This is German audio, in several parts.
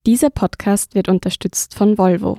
Dieser Podcast wird unterstützt von Volvo.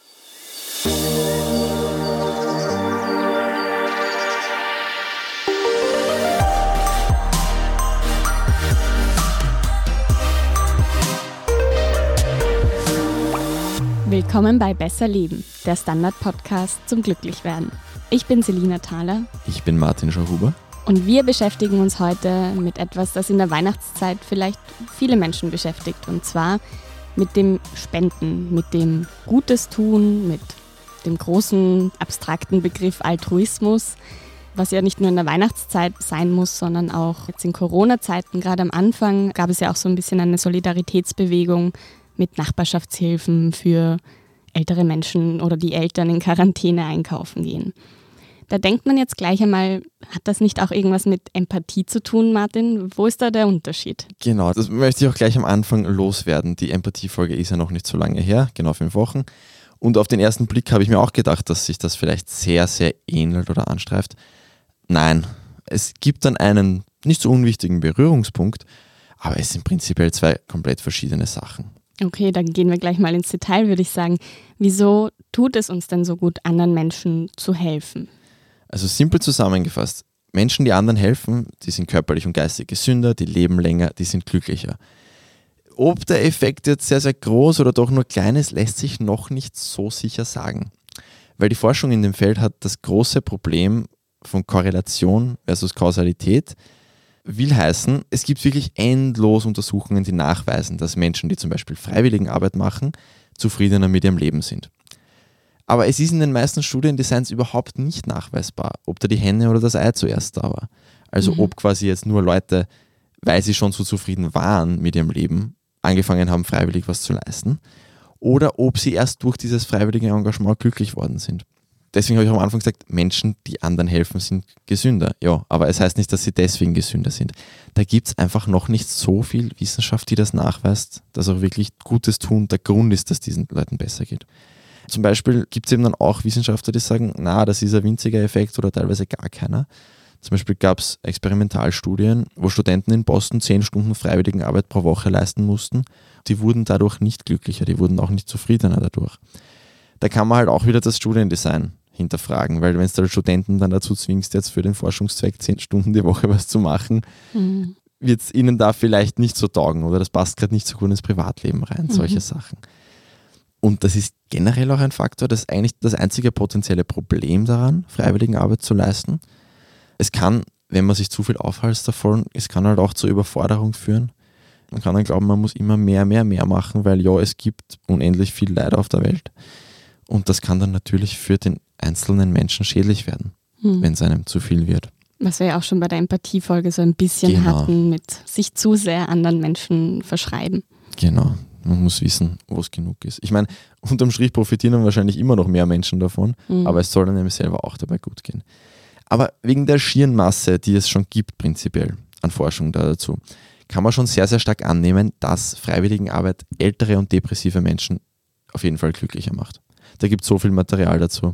Willkommen bei Besser Leben, der Standard-Podcast zum Glücklichwerden. Ich bin Selina Thaler. Ich bin Martin Schauhuber. Und wir beschäftigen uns heute mit etwas, das in der Weihnachtszeit vielleicht viele Menschen beschäftigt. Und zwar mit dem Spenden, mit dem Gutes tun, mit dem großen abstrakten Begriff Altruismus, was ja nicht nur in der Weihnachtszeit sein muss, sondern auch jetzt in Corona-Zeiten. Gerade am Anfang gab es ja auch so ein bisschen eine Solidaritätsbewegung mit Nachbarschaftshilfen für ältere Menschen oder die Eltern in Quarantäne einkaufen gehen. Da denkt man jetzt gleich einmal, hat das nicht auch irgendwas mit Empathie zu tun, Martin? Wo ist da der Unterschied? Genau, das möchte ich auch gleich am Anfang loswerden. Die Empathiefolge ist ja noch nicht so lange her, genau 5 Wochen. Und auf den ersten Blick habe ich mir auch gedacht, dass sich das vielleicht sehr, sehr ähnelt oder anstreift. Nein, es gibt dann einen nicht so unwichtigen Berührungspunkt, aber es sind prinzipiell 2 komplett verschiedene Sachen. Okay, dann gehen wir gleich mal ins Detail, würde ich sagen. Wieso tut es uns denn so gut, anderen Menschen zu helfen? Also simpel zusammengefasst, Menschen, die anderen helfen, die sind körperlich und geistig gesünder, die leben länger, die sind glücklicher. Ob der Effekt jetzt sehr, sehr groß oder doch nur klein ist, lässt sich noch nicht so sicher sagen. Weil die Forschung in dem Feld hat das große Problem von Korrelation versus Kausalität. Will heißen, es gibt wirklich endlos Untersuchungen, die nachweisen, dass Menschen, die zum Beispiel Freiwilligenarbeit machen, zufriedener mit ihrem Leben sind. Aber es ist in den meisten Studiendesigns überhaupt nicht nachweisbar, ob da die Henne oder das Ei zuerst da war. Also ob quasi jetzt nur Leute, weil sie schon so zufrieden waren mit ihrem Leben, angefangen haben, freiwillig was zu leisten, oder ob sie erst durch dieses freiwillige Engagement glücklich worden sind. Deswegen habe ich am Anfang gesagt, Menschen, die anderen helfen, sind gesünder. Ja, aber es heißt nicht, dass sie deswegen gesünder sind. Da gibt es einfach noch nicht so viel Wissenschaft, die das nachweist, dass auch wirklich Gutes tun der Grund ist, dass diesen Leuten besser geht. Zum Beispiel gibt es eben dann auch Wissenschaftler, die sagen, na, das ist ein winziger Effekt oder teilweise gar keiner. Zum Beispiel gab es Experimentalstudien, wo Studenten in Boston 10 Stunden Freiwilligenarbeit pro Woche leisten mussten. Die wurden dadurch nicht glücklicher, die wurden auch nicht zufriedener dadurch. Da kann man halt auch wieder das Studiendesign hinterfragen, weil wenn du da Studenten dann dazu zwingst, jetzt für den Forschungszweck 10 Stunden die Woche was zu machen, wird es ihnen da vielleicht nicht so taugen oder das passt gerade nicht so gut ins Privatleben rein, solche Sachen. Und das ist generell auch ein Faktor, das ist eigentlich das einzige potenzielle Problem daran, Freiwilligenarbeit zu leisten. Es kann, wenn man sich zu viel aufhalst davon, es kann halt auch zur Überforderung führen. Man kann dann glauben, man muss immer mehr machen, weil ja, es gibt unendlich viel Leid auf der Welt. Und das kann dann natürlich für den einzelnen Menschen schädlich werden, wenn es einem zu viel wird. Was wir ja auch schon bei der Empathiefolge so ein bisschen hatten, mit sich zu sehr anderen Menschen verschreiben. Genau. Man muss wissen, wo es genug ist. Ich meine, unterm Strich profitieren dann wahrscheinlich immer noch mehr Menschen davon, aber es soll dann nämlich selber auch dabei gut gehen. Aber wegen der schieren Masse, die es schon gibt prinzipiell an Forschung dazu, kann man schon sehr, sehr stark annehmen, dass Freiwilligenarbeit ältere und depressive Menschen auf jeden Fall glücklicher macht. Da gibt es so viel Material dazu.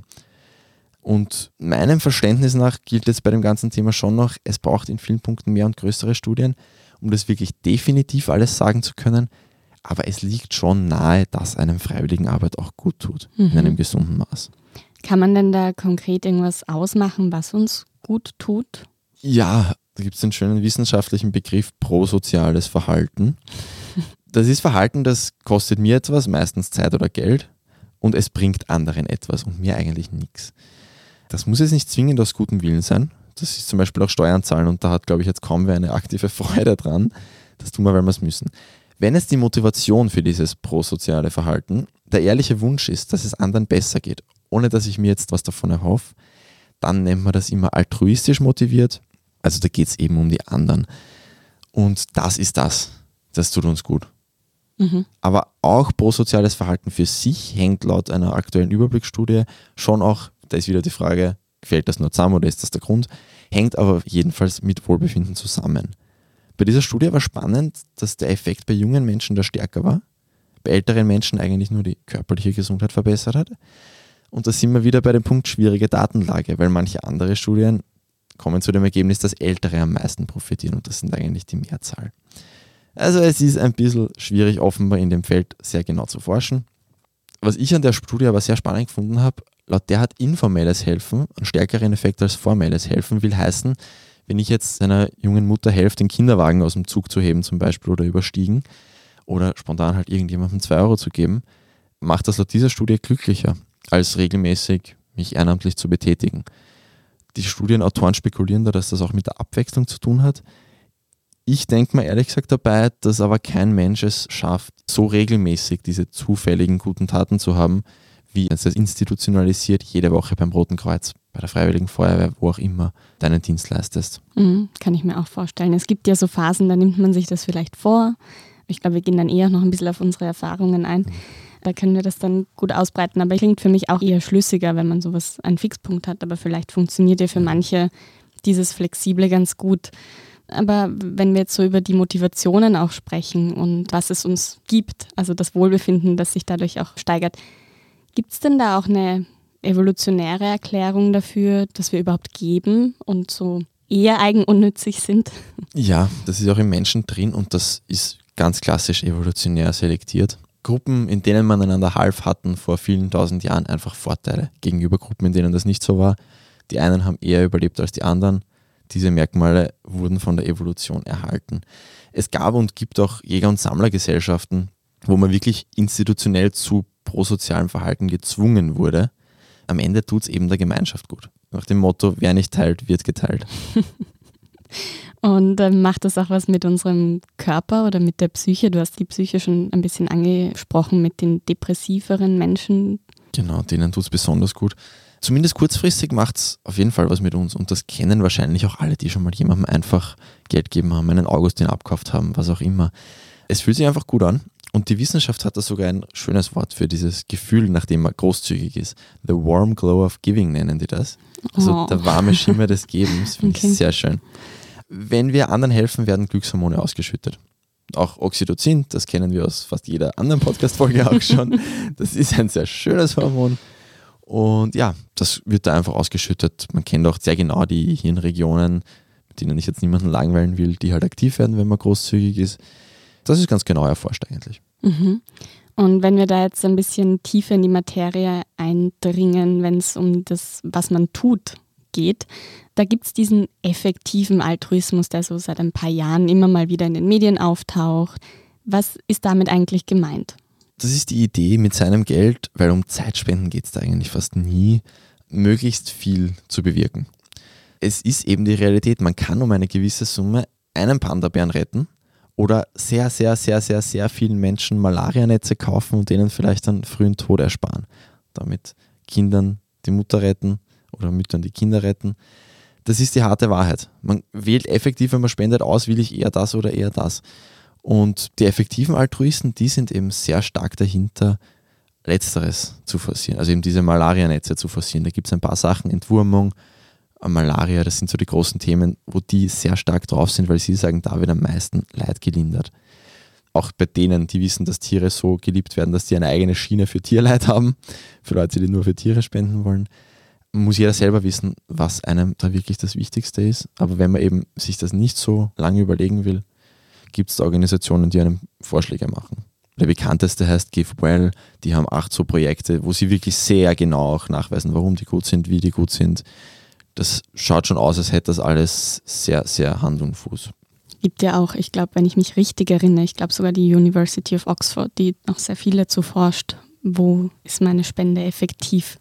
Und meinem Verständnis nach gilt jetzt bei dem ganzen Thema schon noch, es braucht in vielen Punkten mehr und größere Studien, um das wirklich definitiv alles sagen zu können. Aber es liegt schon nahe, dass einem Freiwilligenarbeit auch gut tut, in einem gesunden Maß. Kann man denn da konkret irgendwas ausmachen, was uns gut tut? Ja, da gibt es den schönen wissenschaftlichen Begriff prosoziales Verhalten. Das ist Verhalten, das kostet mir etwas, meistens Zeit oder Geld, und es bringt anderen etwas und mir eigentlich nichts. Das muss jetzt nicht zwingend aus gutem Willen sein. Das ist zum Beispiel auch Steuern zahlen und da hat, glaube ich, jetzt kaum wer eine aktive Freude dran. Das tun wir, weil wir es müssen. Wenn es die Motivation für dieses prosoziale Verhalten der ehrliche Wunsch ist, dass es anderen besser geht, ohne dass ich mir jetzt was davon erhoffe, dann nennt man das immer altruistisch motiviert. Also da geht es eben um die anderen. Und das ist das tut uns gut. Aber auch prosoziales Verhalten für sich hängt laut einer aktuellen Überblicksstudie schon auch, da ist wieder die Frage, gefällt das nur zusammen oder ist das der Grund, hängt aber jedenfalls mit Wohlbefinden zusammen. Bei dieser Studie war spannend, dass der Effekt bei jungen Menschen da stärker war, bei älteren Menschen eigentlich nur die körperliche Gesundheit verbessert hat. Und da sind wir wieder bei dem Punkt schwierige Datenlage, weil manche andere Studien kommen zu dem Ergebnis, dass Ältere am meisten profitieren und das sind eigentlich die Mehrzahl. Also es ist ein bisschen schwierig, offenbar in dem Feld sehr genau zu forschen. Was ich an der Studie aber sehr spannend gefunden habe, laut der hat informelles Helfen einen stärkeren Effekt als formelles Helfen, will heißen, wenn ich jetzt einer jungen Mutter helfe, den Kinderwagen aus dem Zug zu heben zum Beispiel oder überstiegen oder spontan halt irgendjemandem 2 Euro zu geben, macht das laut dieser Studie glücklicher, als regelmäßig mich ehrenamtlich zu betätigen. Die Studienautoren spekulieren da, dass das auch mit der Abwechslung zu tun hat. Ich denke mir ehrlich gesagt dabei, dass aber kein Mensch es schafft, so regelmäßig diese zufälligen guten Taten zu haben, wie es das institutionalisiert jede Woche beim Roten Kreuz, bei der Freiwilligen Feuerwehr, wo auch immer deinen Dienst leistest. Kann ich mir auch vorstellen. Es gibt ja so Phasen, da nimmt man sich das vielleicht vor. Ich glaube, wir gehen dann eher noch ein bisschen auf unsere Erfahrungen ein. Da können wir das dann gut ausbreiten. Aber klingt für mich auch eher schlüssiger, wenn man sowas einen Fixpunkt hat. Aber vielleicht funktioniert ja für manche dieses Flexible ganz gut. Aber wenn wir jetzt so über die Motivationen auch sprechen und was es uns gibt, also das Wohlbefinden, das sich dadurch auch steigert, gibt es denn da auch eine evolutionäre Erklärung dafür, dass wir überhaupt geben und so eher eigenunnützig sind? Ja, das ist auch im Menschen drin und das ist ganz klassisch evolutionär selektiert. Gruppen, in denen man einander half, hatten vor vielen tausend Jahren einfach Vorteile gegenüber Gruppen, in denen das nicht so war. Die einen haben eher überlebt als die anderen. Diese Merkmale wurden von der Evolution erhalten. Es gab und gibt auch Jäger- und Sammlergesellschaften, wo man wirklich institutionell zu prosozialem Verhalten gezwungen wurde. Am Ende tut es eben der Gemeinschaft gut. Nach dem Motto, wer nicht teilt, wird geteilt. Und macht das auch was mit unserem Körper oder mit der Psyche? Du hast die Psyche schon ein bisschen angesprochen mit den depressiveren Menschen. Genau, denen tut es besonders gut. Zumindest kurzfristig macht es auf jeden Fall was mit uns und das kennen wahrscheinlich auch alle, die schon mal jemandem einfach Geld gegeben haben, einen Augustin abgekauft haben, was auch immer. Es fühlt sich einfach gut an und die Wissenschaft hat da sogar ein schönes Wort für dieses Gefühl, nachdem man großzügig ist. The warm glow of giving nennen die das. Also der warme Schimmer des Gebens, finde ich sehr schön. Wenn wir anderen helfen, werden Glückshormone ausgeschüttet. Auch Oxytocin, das kennen wir aus fast jeder anderen Podcast-Folge auch schon. Das ist ein sehr schönes Hormon. Und ja, das wird da einfach ausgeschüttet. Man kennt auch sehr genau die Hirnregionen, mit denen ich jetzt niemanden langweilen will, die halt aktiv werden, wenn man großzügig ist. Das ist ganz genau erforscht eigentlich. Und wenn wir da jetzt ein bisschen tiefer in die Materie eindringen, wenn es um das, was man tut, geht, da gibt es diesen effektiven Altruismus, der so seit ein paar Jahren immer mal wieder in den Medien auftaucht. Was ist damit eigentlich gemeint? Das ist die Idee mit seinem Geld, weil um Zeitspenden geht es da eigentlich fast nie, möglichst viel zu bewirken. Es ist eben die Realität, man kann um eine gewisse Summe einen Panda-Bären retten oder sehr, sehr, sehr, sehr, sehr vielen Menschen Malarianetze kaufen und denen vielleicht einen frühen Tod ersparen. Damit Kindern die Mutter retten oder Müttern die Kinder retten. Das ist die harte Wahrheit. Man wählt effektiv, wenn man spendet, aus, will ich eher das oder eher das. Und die effektiven Altruisten, die sind eben sehr stark dahinter, Letzteres zu forcieren, also eben diese Malarianetze zu forcieren. Da gibt es ein paar Sachen, Entwurmung, Malaria, das sind so die großen Themen, wo die sehr stark drauf sind, weil sie sagen, da wird am meisten Leid gelindert. Auch bei denen, die wissen, dass Tiere so geliebt werden, dass die eine eigene Schiene für Tierleid haben, für Leute, die nur für Tiere spenden wollen. Muss jeder selber wissen, was einem da wirklich das Wichtigste ist. Aber wenn man eben sich das nicht so lange überlegen will, gibt es Organisationen, die einem Vorschläge machen. Der bekannteste heißt Give Well, die haben 8 so Projekte, wo sie wirklich sehr genau auch nachweisen, warum die gut sind, wie die gut sind. Das schaut schon aus, als hätte das alles sehr, sehr Hand und Fuß. Gibt ja auch, ich glaube, wenn ich mich richtig erinnere, ich glaube sogar die University of Oxford, die auch sehr viel dazu forscht, wo ist meine Spende effektiv.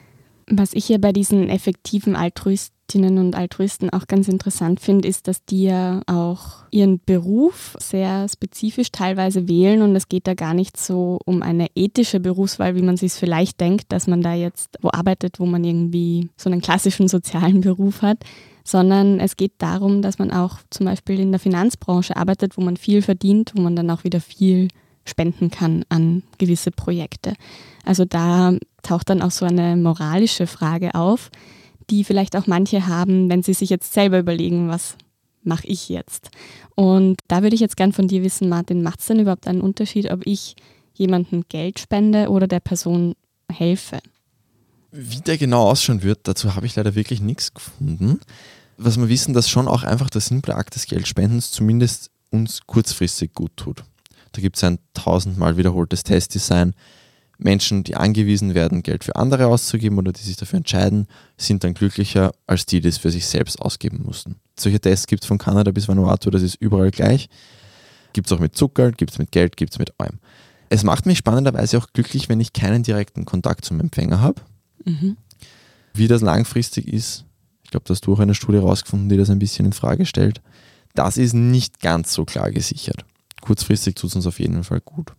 Was ich hier bei diesen effektiven Altruistinnen und Altruisten auch ganz interessant finde, ist, dass die ja auch ihren Beruf sehr spezifisch teilweise wählen und es geht da gar nicht so um eine ethische Berufswahl, wie man sich es vielleicht denkt, dass man da jetzt wo arbeitet, wo man irgendwie so einen klassischen sozialen Beruf hat, sondern es geht darum, dass man auch zum Beispiel in der Finanzbranche arbeitet, wo man viel verdient, wo man dann auch wieder viel spenden kann an gewisse Projekte. Also da taucht dann auch so eine moralische Frage auf, die vielleicht auch manche haben, wenn sie sich jetzt selber überlegen, was mache ich jetzt? Und da würde ich jetzt gern von dir wissen, Martin, macht es denn überhaupt einen Unterschied, ob ich jemandem Geld spende oder der Person helfe? Wie der genau ausschauen wird, dazu habe ich leider wirklich nichts gefunden. Was wir wissen, dass schon auch einfach der simple Akt des Geldspendens zumindest uns kurzfristig gut tut. Da gibt es ein 1000-mal wiederholtes Testdesign. Menschen, die angewiesen werden, Geld für andere auszugeben oder die sich dafür entscheiden, sind dann glücklicher, als die es für sich selbst ausgeben mussten. Solche Tests gibt es von Kanada bis Vanuatu, das ist überall gleich. Gibt es auch mit Zucker, gibt es mit Geld, gibt es mit allem. Es macht mich spannenderweise auch glücklich, wenn ich keinen direkten Kontakt zum Empfänger habe. Wie das langfristig ist, ich glaube, da hast du auch eine Studie rausgefunden, die das ein bisschen in Frage stellt. Das ist nicht ganz so klar gesichert. Kurzfristig tut es uns auf jeden Fall gut.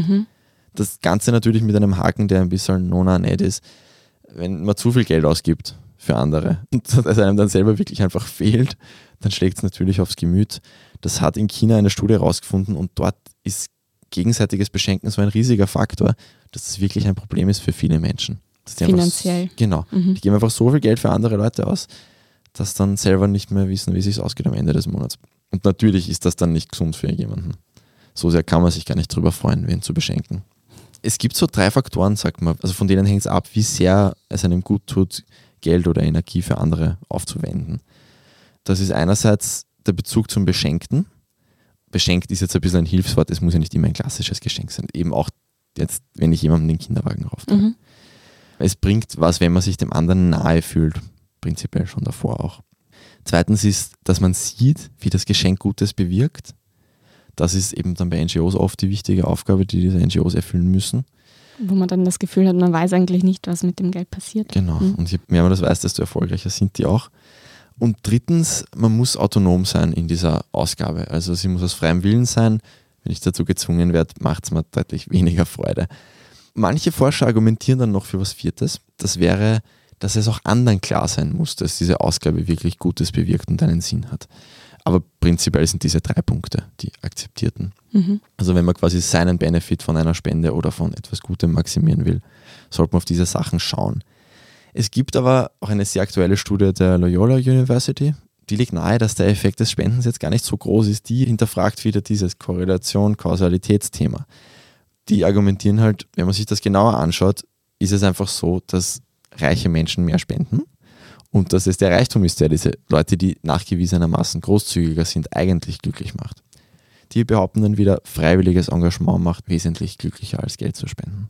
Das Ganze natürlich mit einem Haken, der ein bisschen nona-net ist, wenn man zu viel Geld ausgibt für andere und es einem dann selber wirklich einfach fehlt, dann schlägt es natürlich aufs Gemüt. Das hat in China eine Studie herausgefunden und dort ist gegenseitiges Beschenken so ein riesiger Faktor, dass es wirklich ein Problem ist für viele Menschen. Finanziell. Genau. Die geben einfach so viel Geld für andere Leute aus, dass dann selber nicht mehr wissen, wie es sich ausgeht am Ende des Monats. Und natürlich ist das dann nicht gesund für jemanden. So sehr kann man sich gar nicht drüber freuen, wen zu beschenken. Es gibt so 3 Faktoren, sagt man, also von denen hängt es ab, wie sehr es einem gut tut, Geld oder Energie für andere aufzuwenden. Das ist einerseits der Bezug zum Beschenkten. Beschenkt ist jetzt ein bisschen ein Hilfswort, es muss ja nicht immer ein klassisches Geschenk sein. Eben auch jetzt, wenn ich jemandem den Kinderwagen rauftrage. Es bringt was, wenn man sich dem anderen nahe fühlt, prinzipiell schon davor auch. Zweitens ist, dass man sieht, wie das Geschenk Gutes bewirkt. Das ist eben dann bei NGOs oft die wichtige Aufgabe, die diese NGOs erfüllen müssen. Wo man dann das Gefühl hat, man weiß eigentlich nicht, was mit dem Geld passiert. Genau. Und je mehr man das weiß, desto erfolgreicher sind die auch. Und drittens, man muss autonom sein in dieser Ausgabe. Also sie muss aus freiem Willen sein. Wenn ich dazu gezwungen werde, macht es mir deutlich weniger Freude. Manche Forscher argumentieren dann noch für was Viertes. Das wäre, dass es auch anderen klar sein muss, dass diese Ausgabe wirklich Gutes bewirkt und einen Sinn hat. Aber prinzipiell sind diese 3 Punkte die akzeptierten. Also wenn man quasi seinen Benefit von einer Spende oder von etwas Gutem maximieren will, sollte man auf diese Sachen schauen. Es gibt aber auch eine sehr aktuelle Studie der Loyola University, die legt nahe, dass der Effekt des Spendens jetzt gar nicht so groß ist. Die hinterfragt wieder dieses Korrelation-Kausalitätsthema. Die argumentieren halt, wenn man sich das genauer anschaut, ist es einfach so, dass reiche Menschen mehr spenden und dass es der Reichtum ist, der diese Leute, die nachgewiesenermaßen großzügiger sind, eigentlich glücklich macht. Die behaupten dann wieder, freiwilliges Engagement macht wesentlich glücklicher als Geld zu spenden.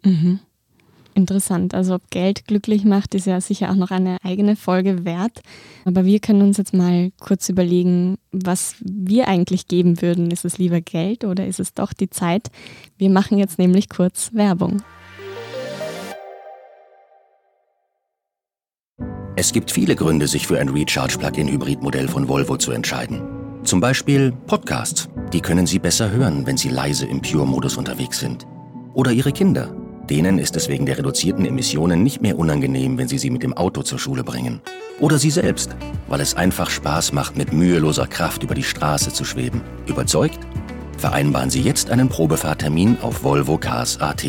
Interessant. Also ob Geld glücklich macht, ist ja sicher auch noch eine eigene Folge wert. Aber wir können uns jetzt mal kurz überlegen, was wir eigentlich geben würden. Ist es lieber Geld oder ist es doch die Zeit? Wir machen jetzt nämlich kurz Werbung. Es gibt viele Gründe, sich für ein Recharge-Plug-in-Hybrid-Modell von Volvo zu entscheiden. Zum Beispiel Podcasts. Die können Sie besser hören, wenn Sie leise im Pure-Modus unterwegs sind. Oder Ihre Kinder. Denen ist es wegen der reduzierten Emissionen nicht mehr unangenehm, wenn Sie sie mit dem Auto zur Schule bringen. Oder Sie selbst, weil es einfach Spaß macht, mit müheloser Kraft über die Straße zu schweben. Überzeugt? Vereinbaren Sie jetzt einen Probefahrtermin auf volvocars.at.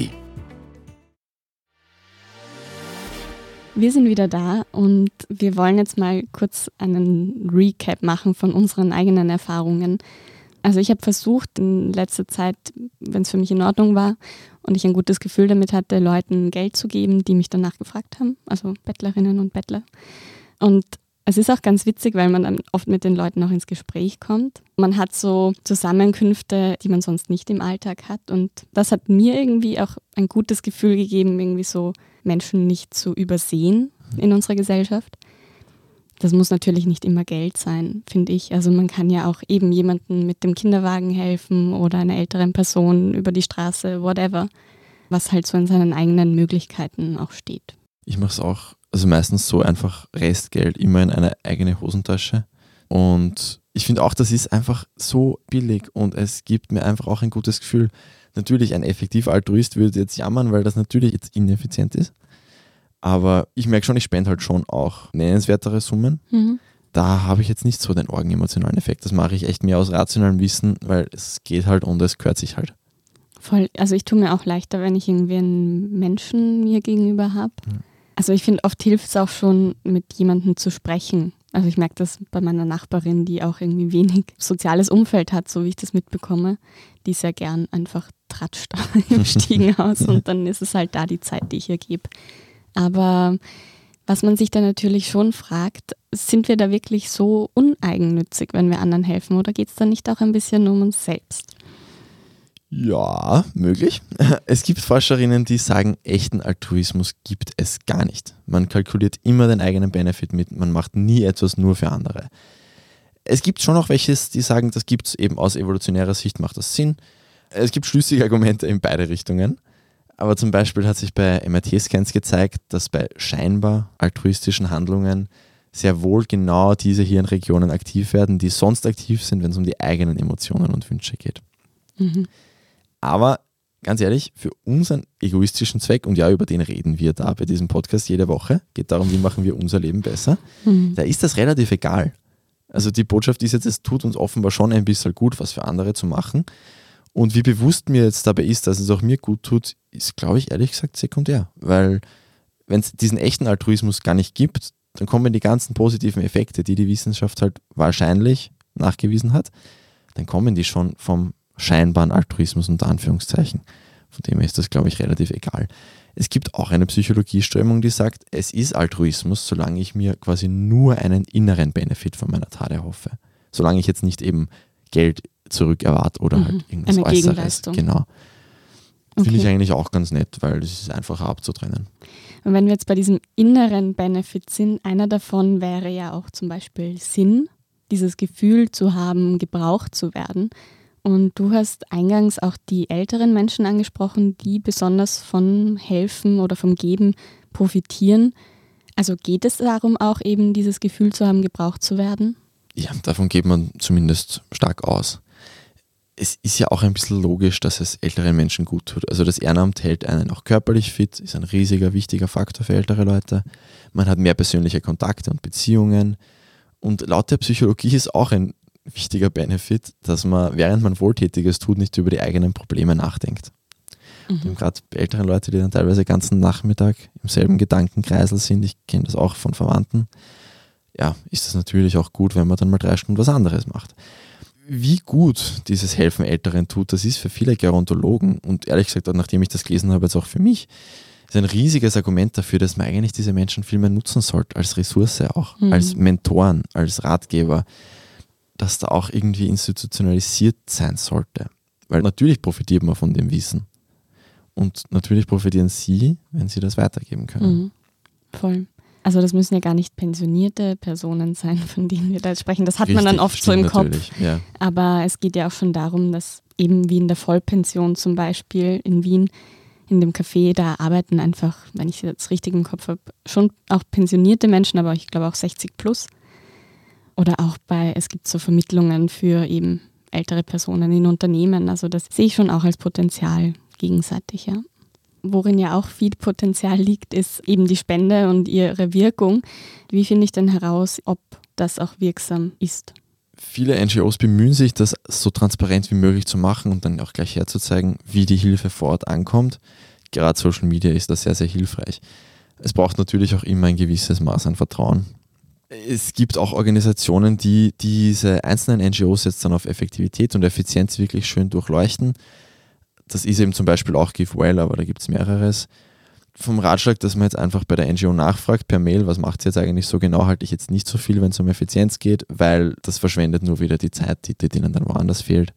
Wir sind wieder da und wir wollen jetzt mal kurz einen Recap machen von unseren eigenen Erfahrungen. Also ich habe versucht in letzter Zeit, wenn es für mich in Ordnung war und ich ein gutes Gefühl damit hatte, Leuten Geld zu geben, die mich danach gefragt haben, also Bettlerinnen und Bettler. Und es ist auch ganz witzig, weil man dann oft mit den Leuten auch ins Gespräch kommt. Man hat so Zusammenkünfte, die man sonst nicht im Alltag hat. Und das hat mir irgendwie auch ein gutes Gefühl gegeben, irgendwie so Menschen nicht zu übersehen in unserer Gesellschaft. Das muss natürlich nicht immer Geld sein, finde ich. Also man kann ja auch eben jemandem mit dem Kinderwagen helfen oder einer älteren Person über die Straße, whatever, was halt so in seinen eigenen Möglichkeiten auch steht. Ich mache es auch, also meistens so einfach Restgeld immer in eine eigene Hosentasche. Und ich finde auch, das ist einfach so billig und es gibt mir einfach auch ein gutes Gefühl. Natürlich, ein effektiver Altruist würde jetzt jammern, weil das natürlich jetzt ineffizient ist. Aber ich merke schon, ich spende halt schon auch nennenswertere Summen. Da habe ich jetzt nicht so den orgenemotionalen Effekt. Das mache ich echt mehr aus rationalem Wissen, weil es geht halt und es gehört sich halt. Voll, also ich tue mir auch leichter, wenn ich irgendwie einen Menschen mir gegenüber habe. Also ich finde, oft hilft es auch schon, mit jemandem zu sprechen. Also ich merke das bei meiner Nachbarin, die auch irgendwie wenig soziales Umfeld hat, so wie ich das mitbekomme, die sehr gern einfach tratscht im Stiegenhaus und dann ist es halt da die Zeit, die ich ihr gebe. Aber was man sich dann natürlich schon fragt, sind wir da wirklich so uneigennützig, wenn wir anderen helfen? Oder geht es da nicht auch ein bisschen um uns selbst? Ja, möglich. Es gibt Forscherinnen, die sagen, echten Altruismus gibt es gar nicht. Man kalkuliert immer den eigenen Benefit mit, man macht nie etwas nur für andere. Es gibt schon auch welche, die sagen, das gibt es eben aus evolutionärer Sicht, macht das Sinn. Es gibt schlüssige Argumente in beide Richtungen. Aber zum Beispiel hat sich bei MRT-Scans gezeigt, dass bei scheinbar altruistischen Handlungen sehr wohl genau diese Hirnregionen aktiv werden, die sonst aktiv sind, wenn es um die eigenen Emotionen und Wünsche geht. Mhm. Aber ganz ehrlich, für unseren egoistischen Zweck, und ja, über den reden wir da bei diesem Podcast jede Woche, geht darum, wie machen wir unser Leben besser, da ist das relativ egal. Also die Botschaft ist jetzt, es tut uns offenbar schon ein bisschen gut, was für andere zu machen. Und wie bewusst mir jetzt dabei ist, dass es auch mir gut tut, ist, glaube ich, ehrlich gesagt sekundär. Weil wenn es diesen echten Altruismus gar nicht gibt, dann kommen die ganzen positiven Effekte, die die Wissenschaft halt wahrscheinlich nachgewiesen hat, dann kommen die schon vom scheinbaren Altruismus unter Anführungszeichen. Von dem her ist das, glaube ich, relativ egal. Es gibt auch eine Psychologieströmung, die sagt, es ist Altruismus, solange ich mir quasi nur einen inneren Benefit von meiner Tat erhoffe. Solange ich jetzt nicht eben Geld zurück erwarte oder halt irgendwas eine Äußeres. Gegenleistung. Genau. Finde ich eigentlich auch ganz nett, weil das ist einfacher abzutrennen. Und wenn wir jetzt bei diesem inneren Benefit sind, einer davon wäre ja auch zum Beispiel Sinn, dieses Gefühl zu haben, gebraucht zu werden. Und du hast eingangs auch die älteren Menschen angesprochen, die besonders vom Helfen oder vom Geben profitieren. Also geht es darum, auch eben dieses Gefühl zu haben, gebraucht zu werden? Ja, davon geht man zumindest stark aus. Es ist ja auch ein bisschen logisch, dass es älteren Menschen gut tut. Also das Ehrenamt hält einen auch körperlich fit, ist ein riesiger, wichtiger Faktor für ältere Leute. Man hat mehr persönliche Kontakte und Beziehungen. Und laut der Psychologie ist auch ein wichtiger Benefit, dass man, während man Wohltätiges tut, nicht über die eigenen Probleme nachdenkt. Und gerade bei älteren Leuten, die dann teilweise den ganzen Nachmittag im selben Gedankenkreisel sind, ich kenne das auch von Verwandten, ja, ist es natürlich auch gut, wenn man dann mal 3 Stunden was anderes macht. Wie gut dieses Helfen Älteren tut, das ist für viele Gerontologen und ehrlich gesagt, nachdem ich das gelesen habe, jetzt auch für mich, ist ein riesiges Argument dafür, dass man eigentlich diese Menschen viel mehr nutzen sollte, als Ressource auch, als Mentoren, als Ratgeber, dass da auch irgendwie institutionalisiert sein sollte. Weil natürlich profitiert man von dem Wissen. Und natürlich profitieren sie, wenn sie das weitergeben können. Voll. Also das müssen ja gar nicht pensionierte Personen sein, von denen wir da jetzt sprechen. Das hat man dann oft so im Kopf. Ja. Aber es geht ja auch schon darum, dass eben wie in der Vollpension zum Beispiel in Wien, in dem Café, da arbeiten einfach, wenn ich das richtig im Kopf habe, schon auch pensionierte Menschen, aber ich glaube auch 60 plus. Oder auch es gibt so Vermittlungen für eben ältere Personen in Unternehmen. Also das sehe ich schon auch als Potenzial gegenseitig, ja. Worin ja auch viel Potenzial liegt, ist eben die Spende und ihre Wirkung. Wie finde ich denn heraus, ob das auch wirksam ist? Viele NGOs bemühen sich, das so transparent wie möglich zu machen und dann auch gleich herzuzeigen, wie die Hilfe vor Ort ankommt. Gerade Social Media ist da sehr, sehr hilfreich. Es braucht natürlich auch immer ein gewisses Maß an Vertrauen. Es gibt auch Organisationen, die diese einzelnen NGOs jetzt dann auf Effektivität und Effizienz wirklich schön durchleuchten. Das ist eben zum Beispiel auch GiveWell, aber da gibt es mehreres. Vom Ratschlag, dass man jetzt einfach bei der NGO nachfragt per Mail, was macht sie jetzt eigentlich so genau, halte ich jetzt nicht so viel, wenn es um Effizienz geht, weil das verschwendet nur wieder die Zeit, die denen dann woanders fehlt.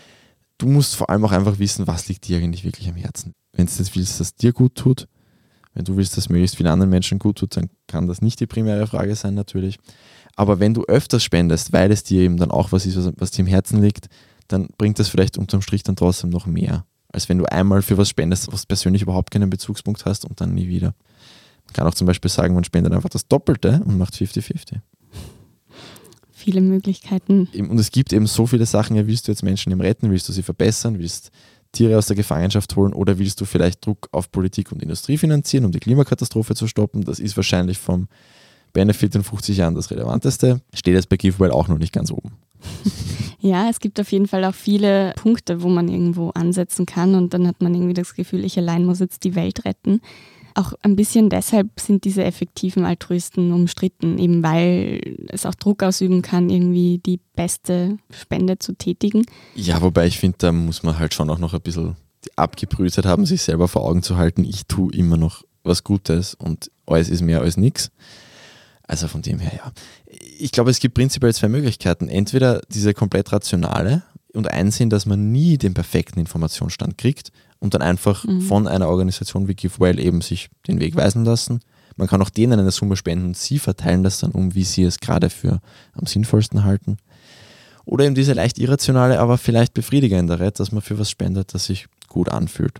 Du musst vor allem auch einfach wissen, was liegt dir eigentlich wirklich am Herzen. Wenn du jetzt willst, dass es dir gut tut, wenn du willst, dass möglichst vielen anderen Menschen gut tut, dann kann das nicht die primäre Frage sein natürlich. Aber wenn du öfters spendest, weil es dir eben dann auch was ist, was dir im Herzen liegt, dann bringt das vielleicht unterm Strich dann trotzdem noch mehr, als wenn du einmal für was spendest, was persönlich überhaupt keinen Bezugspunkt hast und dann nie wieder. Man kann auch zum Beispiel sagen, man spendet einfach das Doppelte und macht 50-50. Viele Möglichkeiten. Und es gibt eben so viele Sachen, ja, willst du jetzt Menschen eben retten, willst du sie verbessern, willst Tiere aus der Gefangenschaft holen oder willst du vielleicht Druck auf Politik und Industrie finanzieren, um die Klimakatastrophe zu stoppen? Das ist wahrscheinlich vom Benefit in 50 Jahren das Relevanteste. Steht jetzt bei GiveWell auch noch nicht ganz oben. Ja, es gibt auf jeden Fall auch viele Punkte, wo man irgendwo ansetzen kann und dann hat man irgendwie das Gefühl, ich allein muss jetzt die Welt retten. Auch ein bisschen deshalb sind diese effektiven Altruisten umstritten, eben weil es auch Druck ausüben kann, irgendwie die beste Spende zu tätigen. Ja, wobei ich finde, da muss man halt schon auch noch ein bisschen die Abgebrühtheit haben, sich selber vor Augen zu halten, ich tue immer noch was Gutes und alles ist mehr als nichts. Also von dem her, ja. Ich glaube, es gibt prinzipiell zwei Möglichkeiten. Entweder diese komplett rationale und einsehen, dass man nie den perfekten Informationsstand kriegt und dann einfach von einer Organisation wie GiveWell eben sich den Weg weisen lassen. Man kann auch denen eine Summe spenden und sie verteilen das dann um, wie sie es gerade für am sinnvollsten halten. Oder eben diese leicht irrationale, aber vielleicht befriedigendere, dass man für was spendet, das sich gut anfühlt.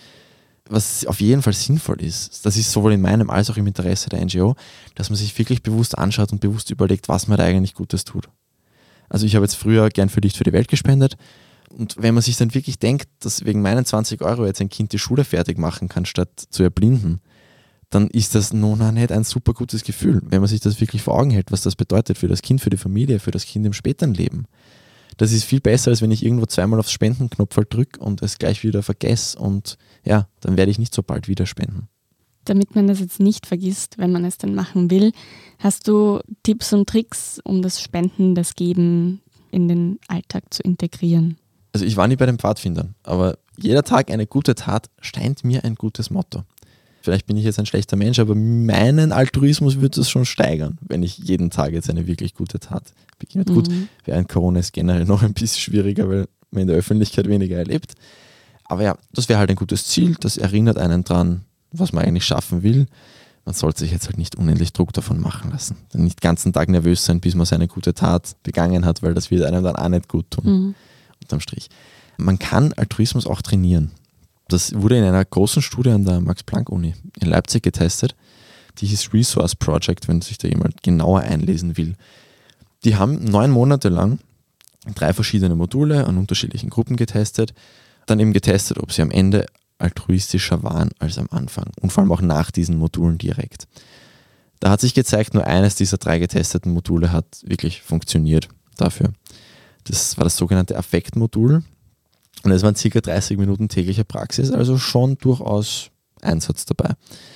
Was auf jeden Fall sinnvoll ist, das ist sowohl in meinem als auch im Interesse der NGO, dass man sich wirklich bewusst anschaut und bewusst überlegt, was man da eigentlich Gutes tut. Also ich habe jetzt früher gern für Licht für die Welt gespendet und wenn man sich dann wirklich denkt, dass wegen meinen 20 Euro jetzt ein Kind die Schule fertig machen kann, statt zu erblinden, dann ist das noch nicht ein super gutes Gefühl, wenn man sich das wirklich vor Augen hält, was das bedeutet für das Kind, für die Familie, für das Kind im späteren Leben. Das ist viel besser, als wenn ich irgendwo zweimal aufs Spendenknopf drücke und es gleich wieder vergesse und ja, dann werde ich nicht so bald wieder spenden. Damit man das jetzt nicht vergisst, wenn man es dann machen will, hast du Tipps und Tricks, um das Spenden, das Geben in den Alltag zu integrieren? Also ich war nie bei den Pfadfindern, aber jeder Tag eine gute Tat scheint mir ein gutes Motto. Vielleicht bin ich jetzt ein schlechter Mensch, aber meinen Altruismus wird es schon steigern, wenn ich jeden Tag jetzt eine wirklich gute Tat beginne. Gut, während Corona ist generell noch ein bisschen schwieriger, weil man in der Öffentlichkeit weniger erlebt. Aber ja, das wäre halt ein gutes Ziel, das erinnert einen dran, was man eigentlich schaffen will. Man sollte sich jetzt halt nicht unendlich Druck davon machen lassen. Dann nicht den ganzen Tag nervös sein, bis man seine gute Tat begangen hat, weil das wird einem dann auch nicht gut tun. Unterm Strich. Man kann Altruismus auch trainieren. Das wurde in einer großen Studie an der Max-Planck-Uni in Leipzig getestet. Die hieß Resource Project, wenn sich da jemand genauer einlesen will. Die haben 9 Monate lang 3 verschiedene Module an unterschiedlichen Gruppen getestet. Dann eben getestet, ob sie am Ende altruistischer waren als am Anfang. Und vor allem auch nach diesen Modulen direkt. Da hat sich gezeigt, nur eines dieser 3 getesteten Module hat wirklich funktioniert dafür. Das war das sogenannte Affektmodul. Und es waren ca. 30 Minuten täglicher Praxis, also schon durchaus Einsatz dabei.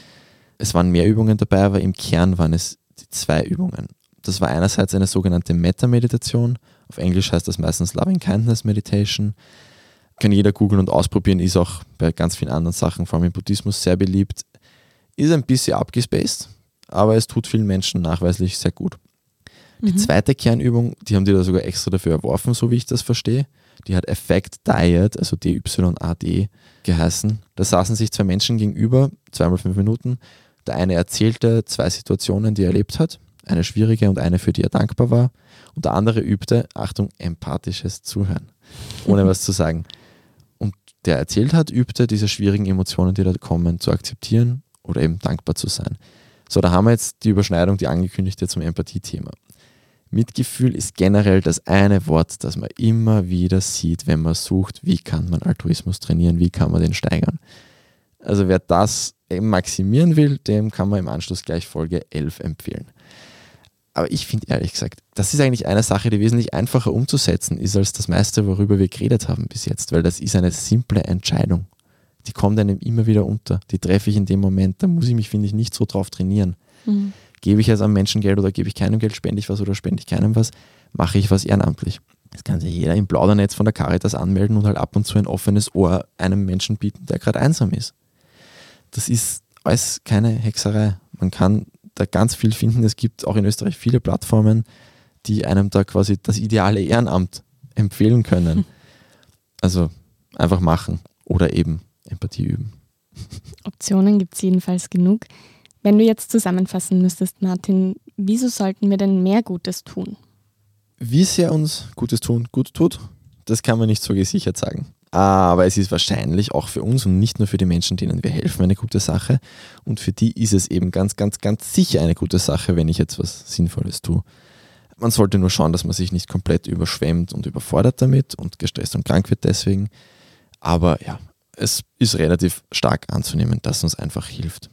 Es waren mehr Übungen dabei, aber im Kern waren es die 2 Übungen. Das war einerseits eine sogenannte Metta-Meditation. Auf Englisch heißt das meistens Loving Kindness Meditation. Kann jeder googeln und ausprobieren, ist auch bei ganz vielen anderen Sachen, vor allem im Buddhismus, sehr beliebt. Ist ein bisschen abgespaced, aber es tut vielen Menschen nachweislich sehr gut. Die zweite Kernübung, die haben die da sogar extra dafür erworfen, so wie ich das verstehe. Die hat Affect Dyad, also DYAD, geheißen. Da saßen sich 2 Menschen gegenüber, 2x5 Minuten. Der eine erzählte 2 Situationen, die er erlebt hat. Eine schwierige und eine, für die er dankbar war. Und der andere übte, Achtung, empathisches Zuhören, ohne was zu sagen. Und der erzählt hat, übte diese schwierigen Emotionen, die da kommen, zu akzeptieren oder eben dankbar zu sein. So, da haben wir jetzt die Überschneidung, die angekündigte zum Empathie-Thema. Mitgefühl ist generell das eine Wort, das man immer wieder sieht, wenn man sucht, wie kann man Altruismus trainieren, wie kann man den steigern. Also wer das eben maximieren will, dem kann man im Anschluss gleich Folge 11 empfehlen. Aber ich finde ehrlich gesagt, das ist eigentlich eine Sache, die wesentlich einfacher umzusetzen ist, als das meiste, worüber wir geredet haben bis jetzt, weil das ist eine simple Entscheidung. Die kommt einem immer wieder unter. Die treffe ich in dem Moment, da muss ich mich, finde ich, nicht so drauf trainieren. Gebe ich jetzt am Menschen Geld oder gebe ich keinem Geld, spende ich was oder spende ich keinem was, mache ich was ehrenamtlich. Das kann sich jeder im Plaudernetz von der Caritas anmelden und halt ab und zu ein offenes Ohr einem Menschen bieten, der gerade einsam ist. Das ist alles keine Hexerei. Man kann da ganz viel finden. Es gibt auch in Österreich viele Plattformen, die einem da quasi das ideale Ehrenamt empfehlen können. Also einfach machen oder eben Empathie üben. Optionen gibt es jedenfalls genug. Wenn du jetzt zusammenfassen müsstest, Martin, wieso sollten wir denn mehr Gutes tun? Wie sehr uns Gutes tun gut tut, das kann man nicht so gesichert sagen. Aber es ist wahrscheinlich auch für uns und nicht nur für die Menschen, denen wir helfen, eine gute Sache. Und für die ist es eben ganz, ganz, ganz sicher eine gute Sache, wenn ich jetzt was Sinnvolles tue. Man sollte nur schauen, dass man sich nicht komplett überschwemmt und überfordert damit und gestresst und krank wird deswegen. Aber ja, es ist relativ stark anzunehmen, dass uns einfach hilft.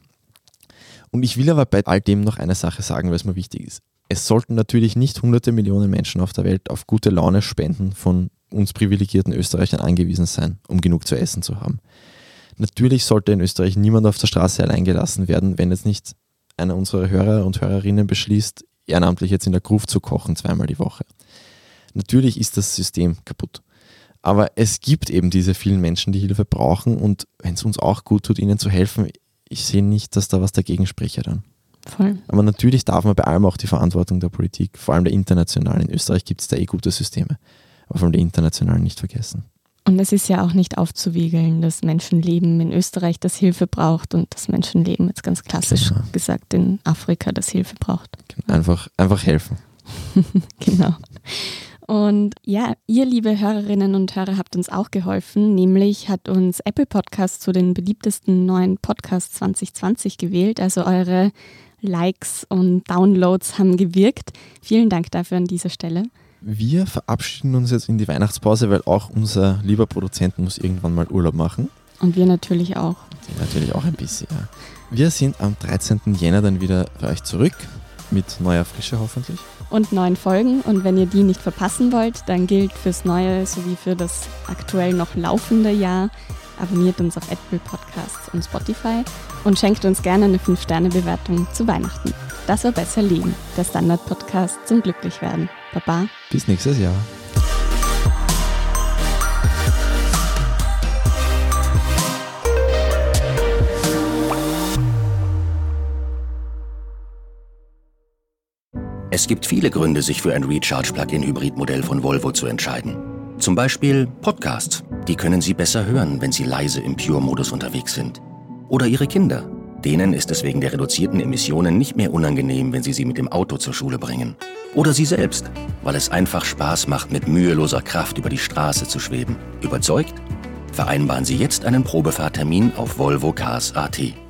Und ich will aber bei all dem noch eine Sache sagen, weil es mir wichtig ist. Es sollten natürlich nicht hunderte Millionen Menschen auf der Welt auf gute Laune spenden von uns privilegierten Österreichern angewiesen sein, um genug zu essen zu haben. Natürlich sollte in Österreich niemand auf der Straße allein gelassen werden, wenn jetzt nicht einer unserer Hörer und Hörerinnen beschließt, ehrenamtlich jetzt in der Gruft zu kochen, 2-mal die Woche. Natürlich ist das System kaputt. Aber es gibt eben diese vielen Menschen, die Hilfe brauchen und wenn es uns auch gut tut, ihnen zu helfen, ich sehe nicht, dass da was dagegen spreche dann. Voll. Aber natürlich darf man bei allem auch die Verantwortung der Politik, vor allem der internationalen, in Österreich gibt es da gute Systeme, aber vor allem die internationalen nicht vergessen. Und es ist ja auch nicht aufzuwiegeln, dass Menschenleben in Österreich das Hilfe braucht und das Menschenleben, jetzt ganz klassisch gesagt, in Afrika das Hilfe braucht. Einfach helfen. Genau. Und ja, ihr liebe Hörerinnen und Hörer habt uns auch geholfen, nämlich hat uns Apple Podcasts zu den beliebtesten neuen Podcasts 2020 gewählt, also eure Likes und Downloads haben gewirkt. Vielen Dank dafür an dieser Stelle. Wir verabschieden uns jetzt in die Weihnachtspause, weil auch unser lieber Produzent muss irgendwann mal Urlaub machen. Und wir natürlich auch. Die natürlich auch ein bisschen, ja. Wir sind am 13. Jänner dann wieder für euch zurück, mit neuer Frische hoffentlich. Und neuen Folgen. Und wenn ihr die nicht verpassen wollt, dann gilt fürs neue sowie für das aktuell noch laufende Jahr, abonniert uns auf Apple Podcasts und Spotify und schenkt uns gerne eine 5-Sterne-Bewertung zu Weihnachten. Das war Besser Leben, der Standard-Podcast zum Glücklichwerden. Baba. Bis nächstes Jahr. Es gibt viele Gründe, sich für ein Recharge-Plug-in-Hybrid-Modell von Volvo zu entscheiden. Zum Beispiel Podcasts. Die können Sie besser hören, wenn Sie leise im Pure-Modus unterwegs sind. Oder Ihre Kinder. Denen ist es wegen der reduzierten Emissionen nicht mehr unangenehm, wenn Sie sie mit dem Auto zur Schule bringen. Oder Sie selbst, weil es einfach Spaß macht, mit müheloser Kraft über die Straße zu schweben. Überzeugt? Vereinbaren Sie jetzt einen Probefahrtermin auf volvocars.at.